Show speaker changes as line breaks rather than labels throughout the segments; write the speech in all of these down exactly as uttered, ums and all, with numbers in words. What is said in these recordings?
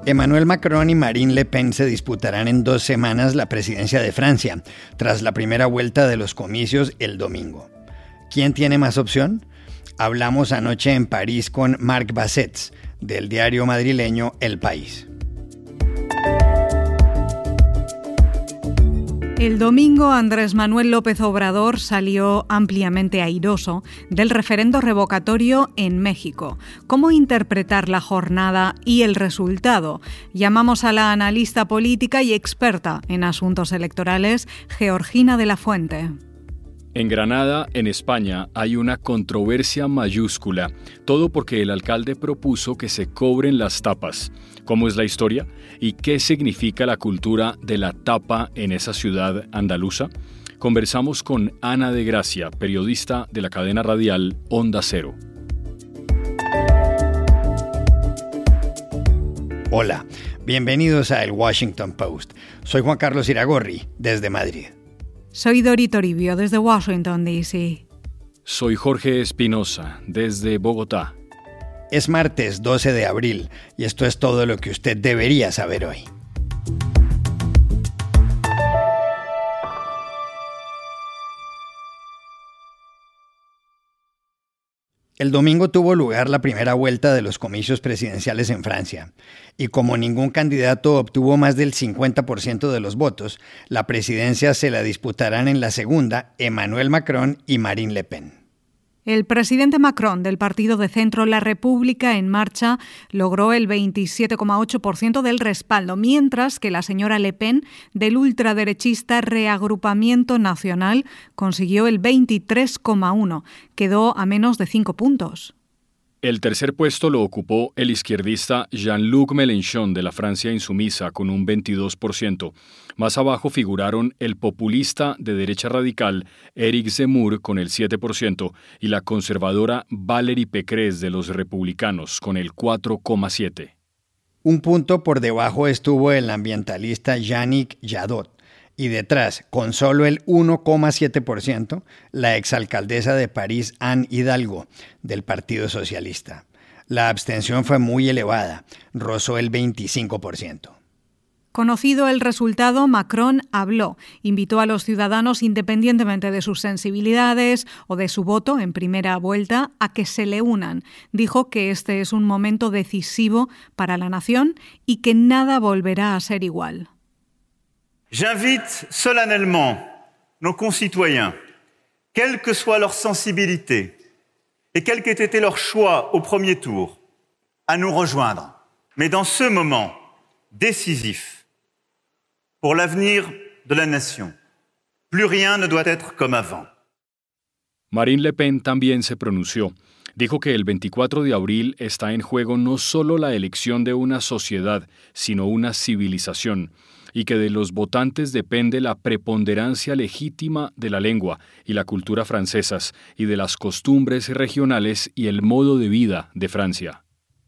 Emmanuel Macron y Marine Le Pen se disputarán en dos semanas la presidencia de Francia, tras la primera vuelta de los comicios el domingo. ¿Quién tiene más opción? Hablamos anoche en París con Marc Bassets, del diario madrileño El País.
El domingo, Andrés Manuel López Obrador salió ampliamente airoso del referendo revocatorio en México. ¿Cómo interpretar la jornada y el resultado? Llamamos a la analista política y experta en asuntos electorales, Georgina de la Fuente.
En Granada, en España, hay una controversia mayúscula, todo porque el alcalde propuso que se cobren las tapas. ¿Cómo es la historia? ¿Y qué significa la cultura de la tapa en esa ciudad andaluza? Conversamos con Ana de Gracia, periodista de la cadena radial Onda Cero.
Hola, bienvenidos a El Washington Post. Soy Juan Carlos Iragorri, desde Madrid.
Soy Dori Toribio, desde Washington, D C
Soy Jorge Espinosa, desde Bogotá.
Es martes doce de abril y esto es todo lo que usted debería saber hoy. El domingo tuvo lugar la primera vuelta de los comicios presidenciales en Francia, y como ningún candidato obtuvo más del cincuenta por ciento de los votos, la presidencia se la disputarán en la segunda Emmanuel Macron y Marine Le Pen.
El presidente Macron, del partido de centro La República en Marcha, logró el veintisiete coma ocho por ciento del respaldo, mientras que la señora Le Pen, del ultraderechista Reagrupamiento Nacional, consiguió el veintitrés coma uno por ciento. Quedó a menos de cinco puntos.
El tercer puesto lo ocupó el izquierdista Jean-Luc Mélenchon de la Francia insumisa con un veintidós por ciento. Más abajo figuraron el populista de derecha radical Éric Zemmour con el siete por ciento y la conservadora Valérie Pécresse de los republicanos con el cuatro coma siete por ciento.
Un punto por debajo estuvo el ambientalista Yannick Jadot. Y detrás, con solo el uno coma siete por ciento, la exalcaldesa de París, Anne Hidalgo, del Partido Socialista. La abstención fue muy elevada, rozó el veinticinco por ciento.
Conocido el resultado, Macron habló, invitó a los ciudadanos, independientemente de sus sensibilidades o de su voto en primera vuelta, a que se le unan. Dijo que este es un momento decisivo para la nación y que nada volverá a ser igual.
J'invite solennellement nos concitoyens, quelle que soit leur sensibilité et quel qu'ait été leur choix au premier tour, à nous rejoindre. Mais dans ce moment décisif pour l'avenir de la nation, plus rien ne doit être comme avant.
Marine Le Pen también se pronunció. Dijo que el veinticuatro de abril está en juego no solo la elección de una sociedad, sino una civilización, y que de los votantes depende la preponderancia legítima de la lengua y la cultura francesas y de las costumbres regionales y el modo de vida de Francia.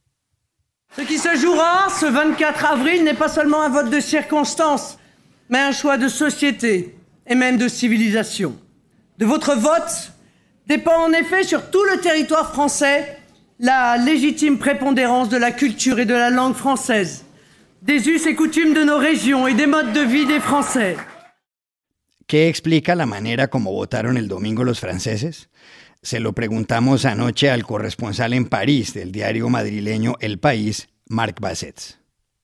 Ce qui se jouera ce vingt-quatre avril n'est pas seulement un vote de circonstance, mais un choix de société et même de civilisation. De votre vote dépend en effet sur tout le territoire français la légitime prépondérance de la culture et de la langue française, des us et coutumes de nos régions et des modes de vie des Français.
¿Qué explica la manera como votaron el domingo los franceses? Se lo preguntamos anoche al corresponsal en París del diario madrileño El País, Marc Bassets.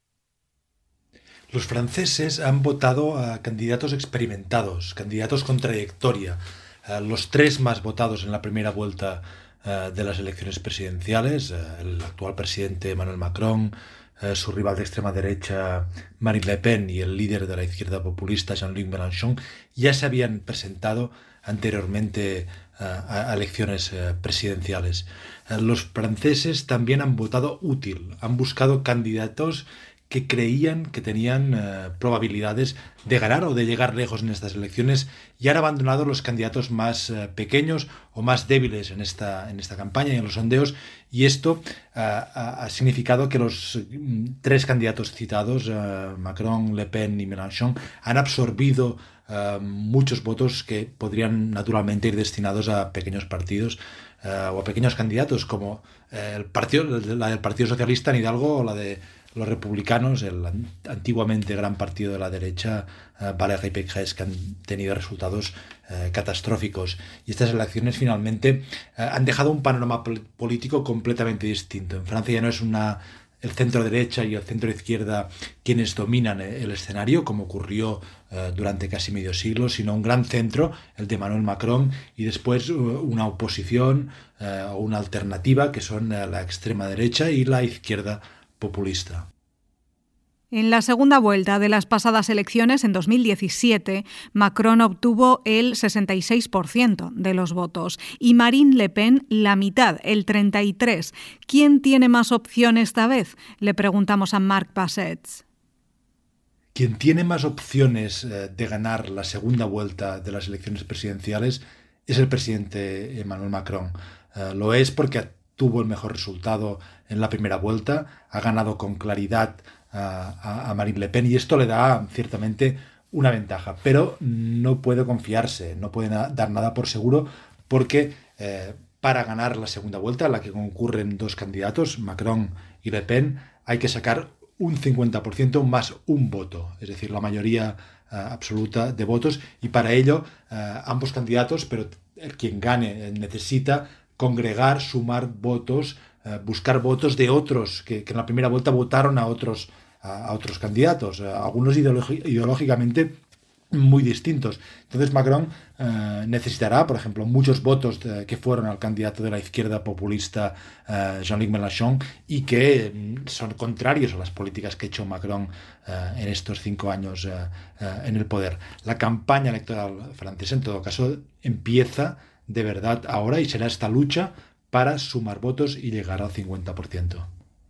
Los franceses han votado a candidatos experimentados, candidatos con trayectoria, los tres más votados en la primera vuelta de las elecciones presidenciales, el actual presidente Emmanuel Macron, su rival de extrema derecha Marine Le Pen y el líder de la izquierda populista Jean-Luc Mélenchon, ya se habían presentado anteriormente a elecciones presidenciales. Los franceses también han votado útil, han buscado candidatos que creían que tenían eh, probabilidades de ganar o de llegar lejos en estas elecciones y han abandonado los candidatos más eh, pequeños o más débiles en esta, en esta campaña y en los sondeos, y esto eh, ha, ha significado que los mm, tres candidatos citados, eh, Macron, Le Pen y Mélenchon, han absorbido eh, muchos votos que podrían naturalmente ir destinados a pequeños partidos eh, o a pequeños candidatos como eh, el partido, la del Partido Socialista en Hidalgo o la de los republicanos, el antiguamente gran partido de la derecha, uh, Valéry Pécresse, que han tenido resultados uh, catastróficos. Y estas elecciones finalmente uh, han dejado un panorama pol- político completamente distinto. En Francia ya no es una... el centro derecha y el centro izquierda quienes dominan el escenario, como ocurrió uh, durante casi medio siglo, sino un gran centro, el de Emmanuel Macron, y después uh, una oposición o uh, una alternativa, que son uh, la extrema derecha y la izquierda populista.
En la segunda vuelta de las pasadas elecciones, en dos mil diecisiete, Macron obtuvo el sesenta y seis por ciento de los votos y Marine Le Pen la mitad, el treinta y tres por ciento. ¿Quién tiene más opción esta vez? Le preguntamos a Marc Bassets.
Quien tiene más opciones eh, de ganar la segunda vuelta de las elecciones presidenciales es el presidente Emmanuel Macron. Eh, lo es porque tuvo el mejor resultado en la primera vuelta, ha ganado con claridad a, a Marine Le Pen y esto le da ciertamente una ventaja, pero no puede confiarse, no puede na- dar nada por seguro porque eh, para ganar la segunda vuelta, en la que concurren dos candidatos, Macron y Le Pen, hay que sacar un cincuenta por ciento más un voto, es decir, la mayoría uh, absoluta de votos, y para ello uh, ambos candidatos, pero el quien gane necesita congregar, sumar votos, uh, buscar votos de otros que, que en la primera vuelta votaron a otros, a, a otros candidatos, uh, algunos ideologi- ideológicamente muy distintos. Entonces Macron uh, necesitará, por ejemplo, muchos votos de, que fueron al candidato de la izquierda populista uh, Jean-Luc Mélenchon y que mm, son contrarios a las políticas que ha hecho Macron uh, en estos cinco años uh, uh, en el poder. La campaña electoral francesa, en todo caso, empieza de verdad ahora y será esta lucha para sumar votos y llegar al cincuenta por ciento.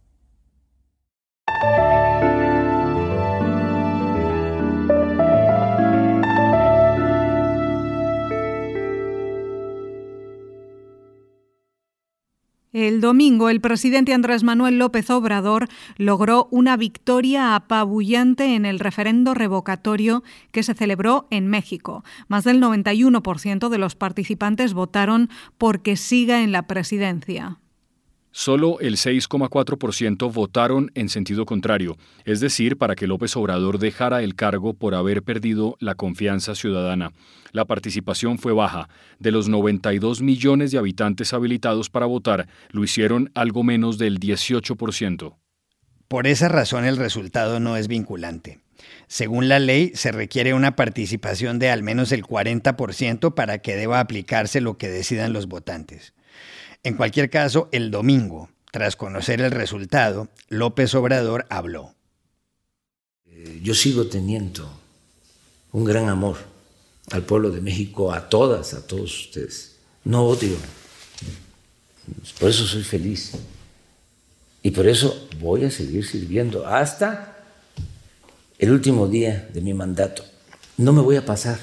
El domingo, el presidente Andrés Manuel López Obrador logró una victoria apabullante en el referendo revocatorio que se celebró en México. Más del noventa y uno por ciento de los participantes votaron porque siga en la presidencia.
Solo el seis coma cuatro por ciento votaron en sentido contrario, es decir, para que López Obrador dejara el cargo por haber perdido la confianza ciudadana. La participación fue baja. De los noventa y dos millones de habitantes habilitados para votar, lo hicieron algo menos del dieciocho por ciento.
Por esa razón el resultado no es vinculante. Según la ley, se requiere una participación de al menos el cuarenta por ciento para que deba aplicarse lo que decidan los votantes. En cualquier caso, el domingo, tras conocer el resultado, López Obrador habló.
Yo sigo teniendo un gran amor al pueblo de México, a todas, a todos ustedes. No odio. Por eso soy feliz. Y por eso voy a seguir sirviendo hasta el último día de mi mandato. No me voy a pasar,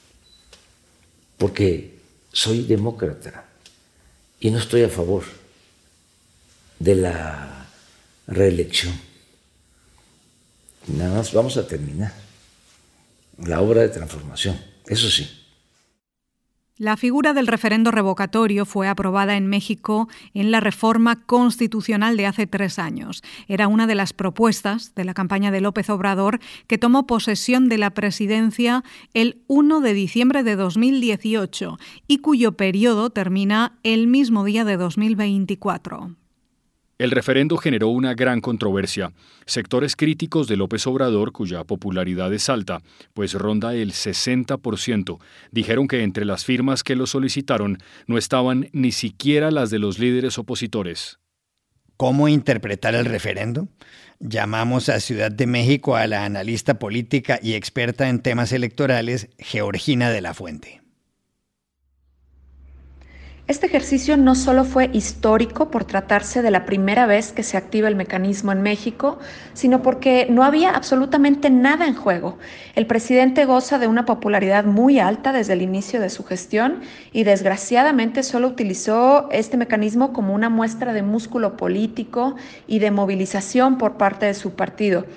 porque soy demócrata. Y no estoy a favor de la reelección. Nada más vamos a terminar la obra de transformación, eso sí.
La figura del referendo revocatorio fue aprobada en México en la reforma constitucional de hace tres años. Era una de las propuestas de la campaña de López Obrador, que tomó posesión de la presidencia el primero de diciembre de dos mil dieciocho y cuyo periodo termina el mismo día de dos mil veinticuatro.
El referendo generó una gran controversia. Sectores críticos de López Obrador, cuya popularidad es alta, pues ronda el sesenta por ciento, dijeron que entre las firmas que lo solicitaron no estaban ni siquiera las de los líderes opositores.
¿Cómo interpretar el referendo? Llamamos a Ciudad de México a la analista política y experta en temas electorales, Georgina de la Fuente.
Este ejercicio no solo fue histórico por tratarse de la primera vez que se activa el mecanismo en México, sino porque no había absolutamente nada en juego. El presidente goza de una popularidad muy alta desde el inicio de su gestión y desgraciadamente solo utilizó este mecanismo como una muestra de músculo político y de movilización por parte de su partido.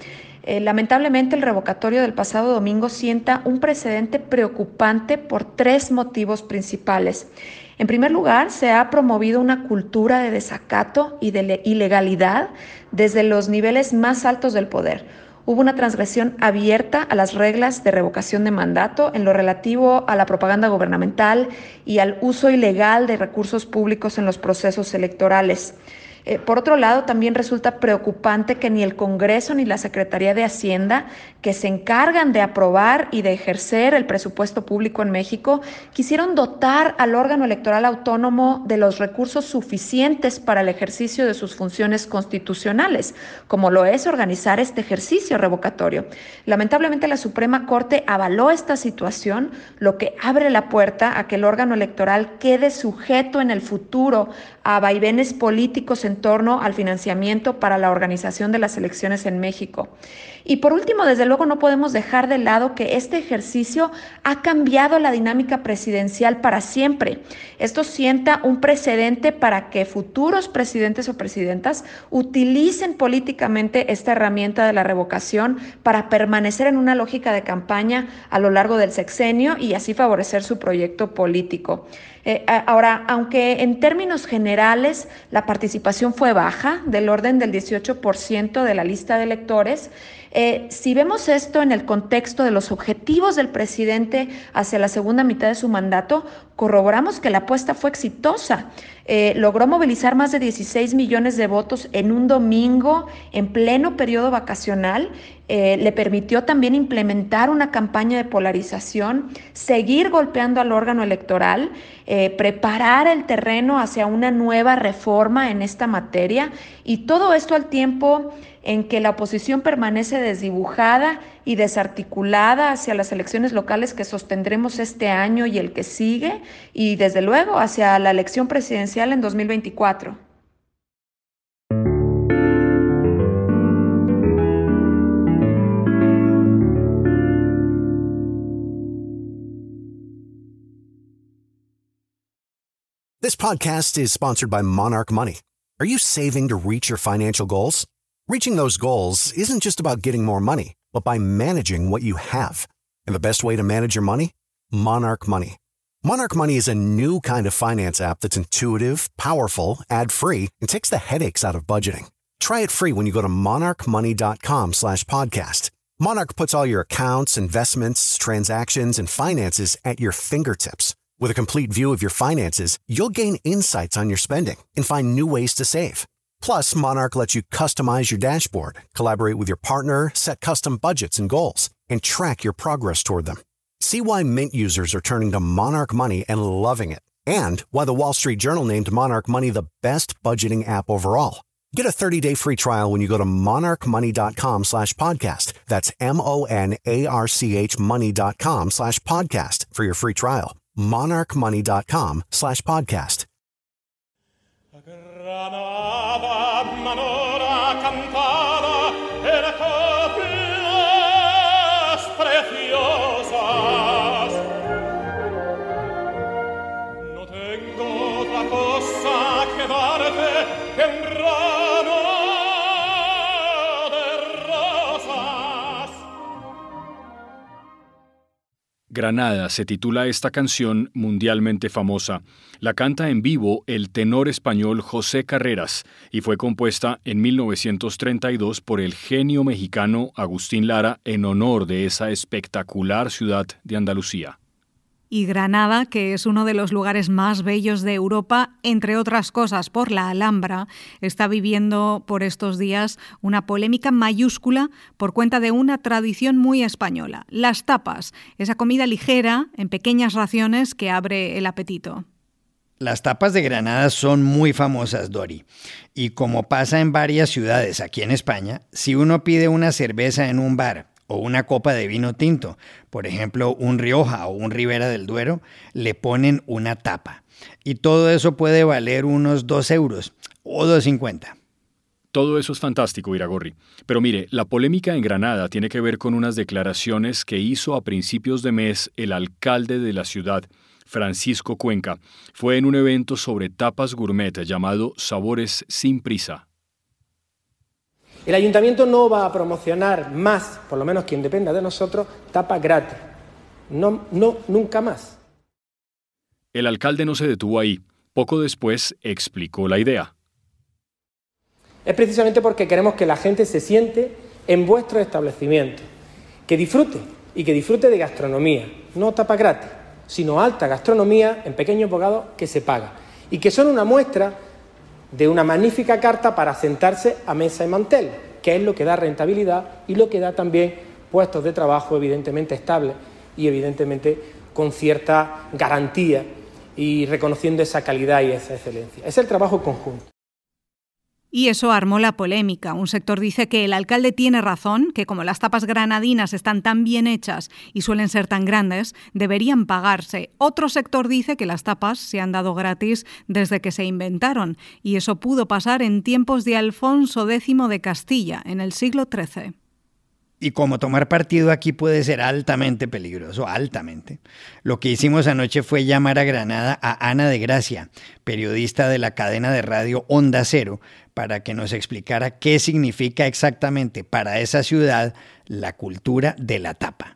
Eh, lamentablemente, el revocatorio del pasado domingo sienta un precedente preocupante por tres motivos principales. En primer lugar, se ha promovido una cultura de desacato y de ilegalidad desde los niveles más altos del poder. Hubo una transgresión abierta a las reglas de revocación de mandato en lo relativo a la propaganda gubernamental y al uso ilegal de recursos públicos en los procesos electorales. Eh, por otro lado, también resulta preocupante que ni el Congreso ni la Secretaría de Hacienda, que se encargan de aprobar y de ejercer el presupuesto público en México, quisieron dotar al órgano electoral autónomo de los recursos suficientes para el ejercicio de sus funciones constitucionales, como lo es organizar este ejercicio revocatorio. Lamentablemente, la Suprema Corte avaló esta situación, lo que abre la puerta a que el órgano electoral quede sujeto en el futuro a vaivenes políticos en torno al financiamiento para la organización de las elecciones en México. Y por último, desde luego no podemos dejar de lado que este ejercicio ha cambiado la dinámica presidencial para siempre. Esto sienta un precedente para que futuros presidentes o presidentas utilicen políticamente esta herramienta de la revocación para permanecer en una lógica de campaña a lo largo del sexenio y así favorecer su proyecto político. Eh, ahora, aunque en términos generales la participación fue baja, del orden del dieciocho por ciento de la lista de electores, eh, si vemos esto en el contexto de los objetivos del presidente hacia la segunda mitad de su mandato, corroboramos que la apuesta fue exitosa. Eh, logró movilizar más de dieciséis millones de votos en un domingo en pleno periodo vacacional. Eh, le permitió también implementar una campaña de polarización, seguir golpeando al órgano electoral, eh, preparar el terreno hacia una nueva reforma en esta materia, y todo esto al tiempo en que la oposición permanece desdibujada y desarticulada hacia las elecciones locales que sostendremos este año y el que sigue, y desde luego hacia la elección presidencial en dos mil veinticuatro.
This podcast is sponsored by Monarch Money. Are you saving to reach your financial goals? Reaching those goals isn't just about getting more money, but by managing what you have. And the best way to manage your money? Monarch Money. Monarch Money is a new kind of finance app that's intuitive, powerful, ad-free, and takes the headaches out of budgeting. Try it free when you go to monarchmoney.com slash podcast. Monarch puts all your accounts, investments, transactions, and finances at your fingertips. With a complete view of your finances, you'll gain insights on your spending and find new ways to save. Plus, Monarch lets you customize your dashboard, collaborate with your partner, set custom budgets and goals, and track your progress toward them. See why Mint users are turning to Monarch Money and loving it, and why the Wall Street Journal named Monarch Money the best budgeting app overall. Get a thirty-day free trial when you go to monarchmoney.com slash podcast. That's M-O-N-A-R-C-H money.com slash podcast for your free trial. monarchmoney.com slash podcast.
Granada, manora cantada en coplas preciosas. No tengo otra cosa que darte que un ramo de rosas.
Granada se titula esta canción mundialmente famosa. La canta en vivo el tenor español José Carreras y fue compuesta en mil novecientos treinta y dos por el genio mexicano Agustín Lara en honor de esa espectacular ciudad de Andalucía.
Y Granada, que es uno de los lugares más bellos de Europa, entre otras cosas por la Alhambra, está viviendo por estos días una polémica mayúscula por cuenta de una tradición muy española, las tapas, esa comida ligera en pequeñas raciones que abre el apetito.
Las tapas de Granada son muy famosas, Dori, y como pasa en varias ciudades aquí en España, si uno pide una cerveza en un bar o una copa de vino tinto, por ejemplo un Rioja o un Ribera del Duero, le ponen una tapa. Y todo eso puede valer unos dos euros o dos cincuenta.
Todo eso es fantástico, Iragorri. Pero mire, la polémica en Granada tiene que ver con unas declaraciones que hizo a principios de mes el alcalde de la ciudad, Francisco Cuenca. Fue en un evento sobre tapas gourmet llamado Sabores sin Prisa.
El ayuntamiento no va a promocionar más, por lo menos quien dependa de nosotros, tapas gratis. No, no, nunca más.
El alcalde no se detuvo ahí. Poco después explicó la idea.
Es precisamente porque queremos que la gente se siente en vuestros establecimientos, que disfrute y que disfrute de gastronomía, no tapas gratis, sino alta gastronomía en pequeños bocados que se paga y que son una muestra de una magnífica carta para sentarse a mesa y mantel, que es lo que da rentabilidad y lo que da también puestos de trabajo evidentemente estables y evidentemente con cierta garantía y reconociendo esa calidad y esa excelencia. Es el trabajo conjunto.
Y eso armó la polémica. Un sector dice que el alcalde tiene razón, que como las tapas granadinas están tan bien hechas y suelen ser tan grandes, deberían pagarse. Otro sector dice que las tapas se han dado gratis desde que se inventaron, y eso pudo pasar en tiempos de Alfonso décimo de Castilla, en el siglo trece.
Y como tomar partido aquí puede ser altamente peligroso, altamente. Lo que hicimos anoche fue llamar a Granada a Ana de Gracia, periodista de la cadena de radio Onda Cero, para que nos explicara qué significa exactamente para esa ciudad la cultura de la tapa.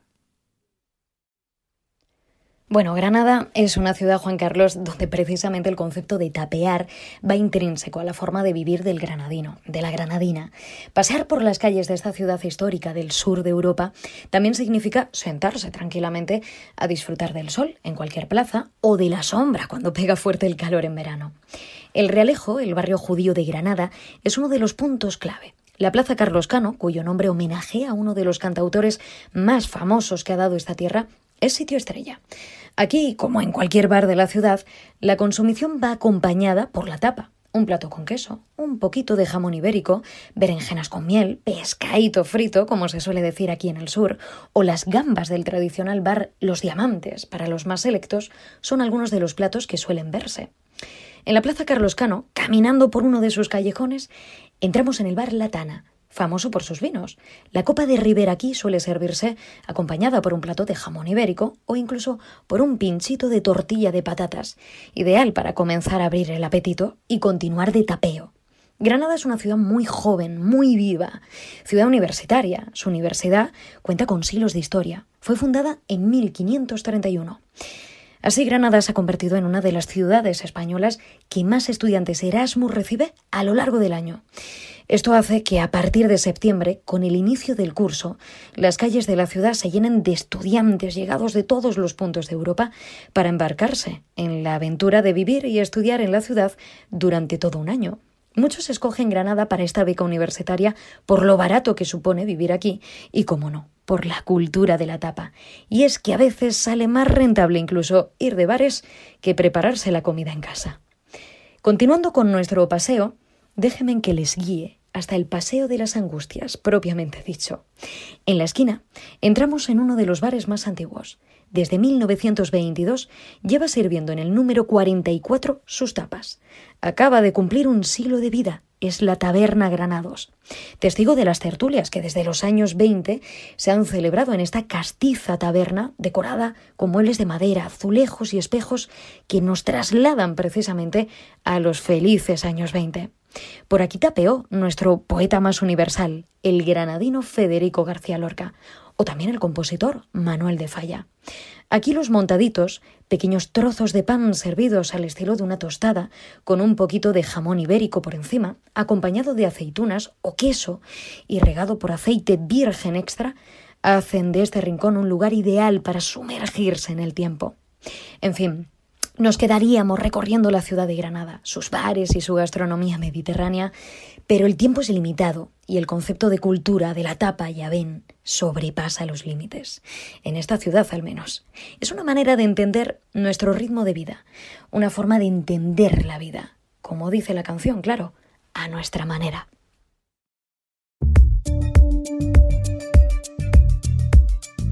Bueno, Granada es una ciudad, Juan Carlos, donde precisamente el concepto de tapear va intrínseco a la forma de vivir del granadino, de la granadina. Pasear por las calles de esta ciudad histórica del sur de Europa también significa sentarse tranquilamente a disfrutar del sol en cualquier plaza o de la sombra cuando pega fuerte el calor en verano. El Realejo, el barrio judío de Granada, es uno de los puntos clave. La Plaza Carlos Cano, cuyo nombre homenajea a uno de los cantautores más famosos que ha dado esta tierra, es sitio estrella. Aquí, como en cualquier bar de la ciudad, la consumición va acompañada por la tapa. Un plato con queso, un poquito de jamón ibérico, berenjenas con miel, pescadito frito, como se suele decir aquí en el sur, o las gambas del tradicional bar Los Diamantes, para los más selectos, son algunos de los platos que suelen verse. En la Plaza Carlos Cano, caminando por uno de sus callejones, entramos en el bar La Tana, famoso por sus vinos. La copa de Ribera aquí suele servirse acompañada por un plato de jamón ibérico o incluso por un pinchito de tortilla de patatas, ideal para comenzar a abrir el apetito y continuar de tapeo. Granada es una ciudad muy joven, muy viva, ciudad universitaria. Su universidad cuenta con siglos de historia. Fue fundada en mil quinientos treinta y uno. Así, Granada se ha convertido en una de las ciudades españolas que más estudiantes Erasmus recibe a lo largo del año. Esto hace que a partir de septiembre, con el inicio del curso, las calles de la ciudad se llenen de estudiantes llegados de todos los puntos de Europa para embarcarse en la aventura de vivir y estudiar en la ciudad durante todo un año. Muchos escogen Granada para esta beca universitaria por lo barato que supone vivir aquí y, cómo no, por la cultura de la tapa. Y es que a veces sale más rentable incluso ir de bares que prepararse la comida en casa. Continuando con nuestro paseo, déjenme que les guíe hasta el Paseo de las Angustias, propiamente dicho. En la esquina entramos en uno de los bares más antiguos. Desde mil novecientos veintidós lleva sirviendo en el número cuarenta y cuatro sus tapas. Acaba de cumplir un siglo de vida. Es la Taberna Granados, testigo de las tertulias que desde los años veinte se han celebrado en esta castiza taberna decorada con muebles de madera, azulejos y espejos que nos trasladan precisamente a los felices años veinte. Por aquí tapeó nuestro poeta más universal, el granadino Federico García Lorca, o también el compositor Manuel de Falla. Aquí los montaditos, pequeños trozos de pan servidos al estilo de una tostada, con un poquito de jamón ibérico por encima, acompañado de aceitunas o queso y regado por aceite virgen extra, hacen de este rincón un lugar ideal para sumergirse en el tiempo. En fin, nos quedaríamos recorriendo la ciudad de Granada, sus bares y su gastronomía mediterránea, pero el tiempo es limitado y el concepto de cultura de la tapa, ya ven, sobrepasa los límites. En esta ciudad, al menos. Es una manera de entender nuestro ritmo de vida, una forma de entender la vida, como dice la canción, claro, a nuestra manera.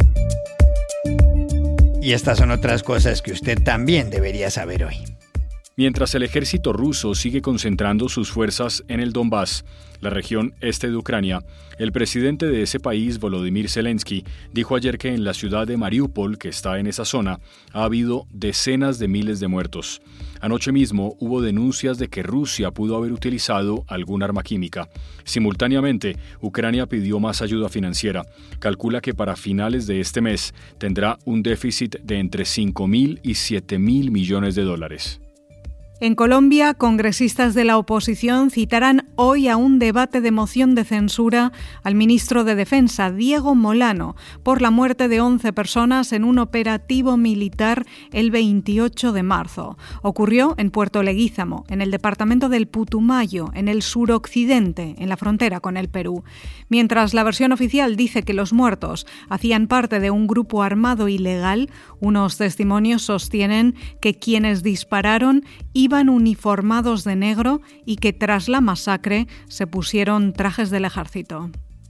Y estas son otras cosas que usted también debería saber hoy.
Mientras el ejército ruso sigue concentrando sus fuerzas en el Donbass, la región este de Ucrania, el presidente de ese país, Volodymyr Zelensky, dijo ayer que en la ciudad de Mariupol, que está en esa zona, ha habido decenas de miles de muertos. Anoche mismo hubo denuncias de que Rusia pudo haber utilizado algún arma química. Simultáneamente, Ucrania pidió más ayuda financiera. Calcula que para finales de este mes tendrá un déficit de entre cinco mil y siete mil millones de dólares.
En Colombia, congresistas de la oposición citarán hoy a un debate de moción de censura al ministro de Defensa, Diego Molano, por la muerte de once personas en un operativo militar el veintiocho de marzo. Ocurrió en Puerto Leguízamo, en el departamento del Putumayo, en el suroccidente, en la frontera con el Perú. Mientras la versión oficial dice que los muertos hacían parte de un grupo armado ilegal, unos testimonios sostienen que quienes dispararon iban uniformados de negro y que tras la masacre se pusieron trajes del ejército.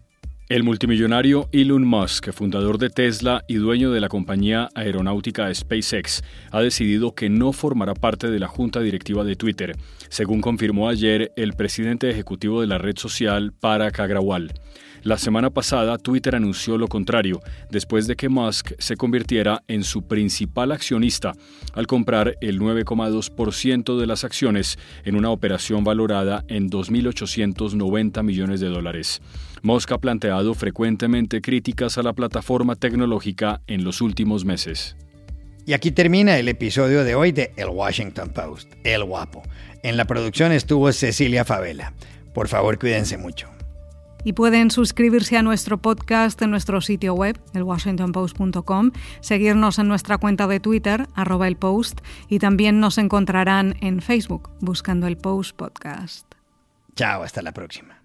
El multimillonario Elon Musk, fundador de Tesla y dueño de la compañía aeronáutica SpaceX, ha decidido que no formará parte de la junta directiva de Twitter, según confirmó ayer el presidente ejecutivo de la red social, Parag Agrawal. La semana pasada, Twitter anunció lo contrario, después de que Musk se convirtiera en su principal accionista al comprar el nueve coma dos por ciento de las acciones en una operación valorada en dos mil ochocientos noventa millones de dólares. Musk ha planteado frecuentemente críticas a la plataforma tecnológica en los últimos meses.
Y aquí termina el episodio de hoy de El Washington Post, El Guapo. En la producción estuvo Cecilia Favela. Por favor, cuídense mucho.
Y pueden suscribirse a nuestro podcast en nuestro sitio web, el washington post punto com, seguirnos en nuestra cuenta de Twitter, arroba el Post, y también nos encontrarán en Facebook, buscando el Post Podcast.
Chao, hasta la próxima.